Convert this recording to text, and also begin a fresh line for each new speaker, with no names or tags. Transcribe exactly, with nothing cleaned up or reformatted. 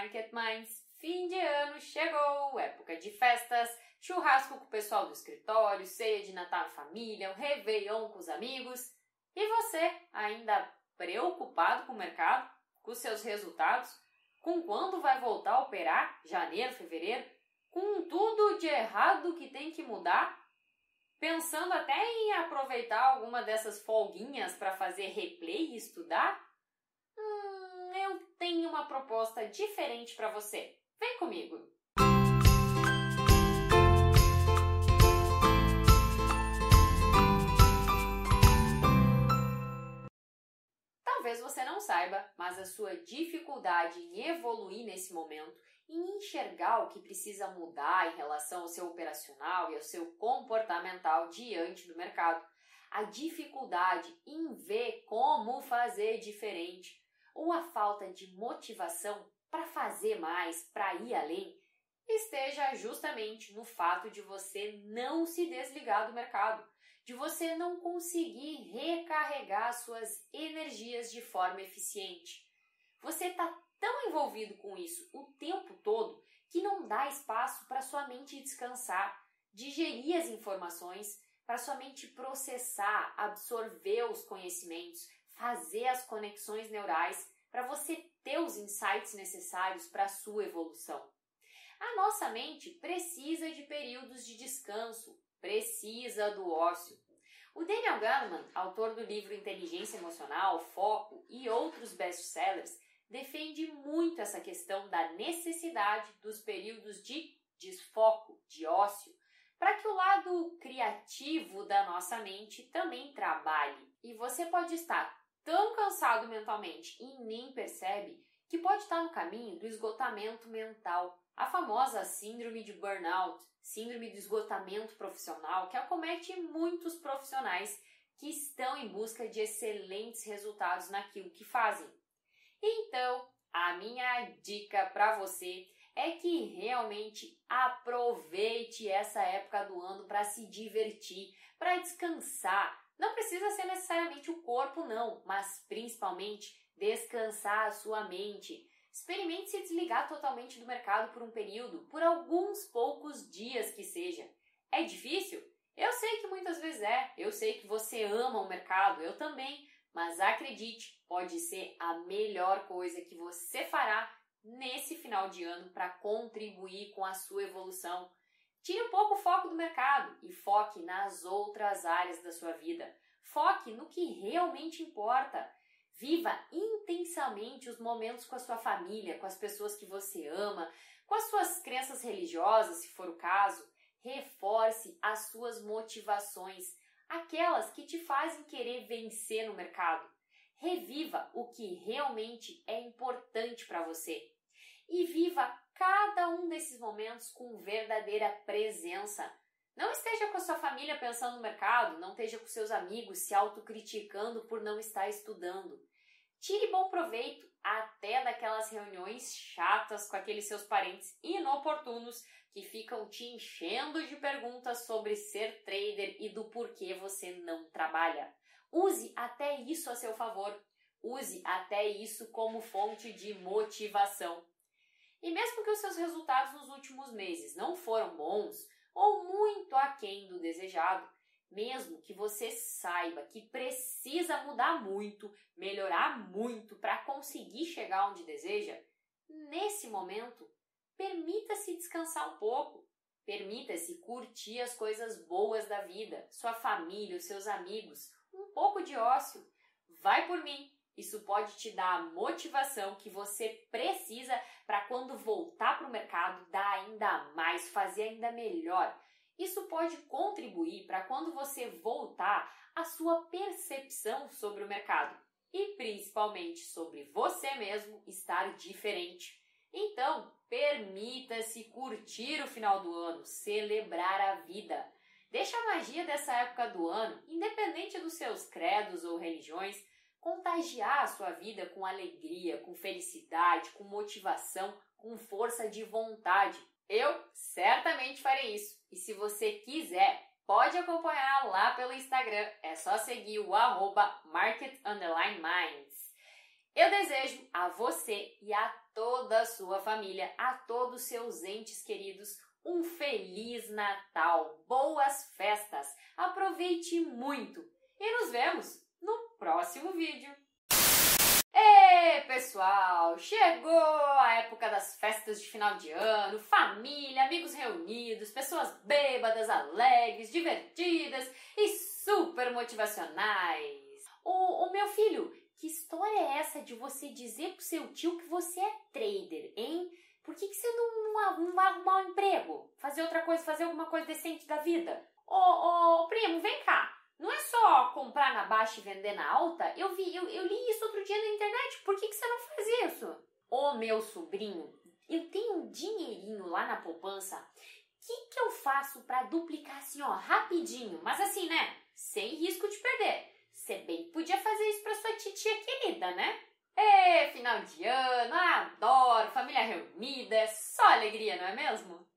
Market Minds! Fim de ano chegou, época de festas, churrasco com o pessoal do escritório, ceia de Natal em família, um réveillon com os amigos. E você, ainda preocupado com o mercado, com seus resultados, com quando vai voltar a operar, janeiro, fevereiro, com tudo de errado que tem que mudar? Pensando até em aproveitar alguma dessas folguinhas para fazer replay e estudar? Hum, eu tenho uma proposta diferente para você. Vem comigo! Talvez você não saiba, mas a sua dificuldade em evoluir nesse momento, em enxergar o que precisa mudar em relação ao seu operacional e ao seu comportamental diante do mercado, a dificuldade em ver como fazer diferente, ou a falta de motivação para fazer mais, para ir além, esteja justamente no fato de você não se desligar do mercado, de você não conseguir recarregar suas energias de forma eficiente. Você está tão envolvido com isso o tempo todo que não dá espaço para sua mente descansar, digerir as informações, para sua mente processar, absorver os conhecimentos, fazer as conexões neurais, para você ter os insights necessários para a sua evolução. A nossa mente precisa de períodos de descanso, precisa do ócio. O Daniel Goleman, autor do livro Inteligência Emocional, Foco e outros best-sellers, defende muito essa questão da necessidade dos períodos de desfoco, de ócio, para que o lado criativo da nossa mente também trabalhe. E você pode estar tão cansado mentalmente e nem percebe que pode estar no caminho do esgotamento mental, a famosa síndrome de burnout, síndrome de esgotamento profissional, que acomete muitos profissionais que estão em busca de excelentes resultados naquilo que fazem. Então, a minha dica para você é que realmente aproveite essa época do ano para se divertir, para descansar. Não precisa ser necessariamente o corpo, não, mas principalmente descansar a sua mente. Experimente se desligar totalmente do mercado por um período, por alguns poucos dias que seja. É difícil? Eu sei que muitas vezes é. Eu sei que você ama o mercado, eu também. Mas acredite, pode ser a melhor coisa que você fará nesse final de ano para contribuir com a sua evolução. Tire um pouco o foco do mercado e foque nas outras áreas da sua vida. Foque no que realmente importa. Viva intensamente os momentos com a sua família, com as pessoas que você ama, com as suas crenças religiosas, se for o caso. Reforce as suas motivações, aquelas que te fazem querer vencer no mercado. Reviva o que realmente é importante para você. E viva cada um desses momentos com verdadeira presença. Não esteja com a sua família pensando no mercado, não esteja com seus amigos se autocriticando por não estar estudando. Tire bom proveito até daquelas reuniões chatas com aqueles seus parentes inoportunos que ficam te enchendo de perguntas sobre ser trader e do porquê você não trabalha. Use até isso a seu favor. Use até isso como fonte de motivação. E mesmo que os seus resultados nos últimos meses não foram bons ou muito aquém do desejado, mesmo que você saiba que precisa mudar muito, melhorar muito para conseguir chegar onde deseja, nesse momento, permita-se descansar um pouco. Permita-se curtir as coisas boas da vida, sua família, os seus amigos, um pouco de ócio. Vai por mim! Isso pode te dar a motivação que você precisa para quando voltar para o mercado dar ainda mais, fazer ainda melhor. Isso pode contribuir para quando você voltar a sua percepção sobre o mercado e principalmente sobre você mesmo estar diferente. Então, permita-se curtir o final do ano, celebrar a vida. Deixa a magia dessa época do ano, independente dos seus credos ou religiões, contagiar a sua vida com alegria, com felicidade, com motivação, com força de vontade. Eu certamente farei isso. E se você quiser, pode acompanhar lá pelo Instagram. É só seguir o arroba market underline minds. Eu desejo a você e a toda a sua família, a todos os seus entes queridos, um Feliz Natal, boas festas, aproveite muito e nos vemos no próximo vídeo. Ei, pessoal, chegou a época das festas de final de ano, família, amigos reunidos, pessoas bêbadas, alegres, divertidas e super motivacionais. O, o meu filho, que história é essa de você dizer pro seu tio que você é trader, hein? Por que, que você não, não, não vai arrumar um emprego? Fazer outra coisa, fazer alguma coisa decente da vida? Ô, ô, primo, vem cá. Não é só comprar na baixa e vender na alta? Eu vi, eu, eu li isso outro dia na internet. Por que, que você não faz isso? Ô, meu sobrinho, eu tenho um dinheirinho lá na poupança. O que, que eu faço para duplicar assim, ó, rapidinho? Mas assim, né? Sem risco de perder. Você bem podia fazer isso para sua titia querida, né? É, final de ano, adoro, família reunida, é só alegria, não é mesmo?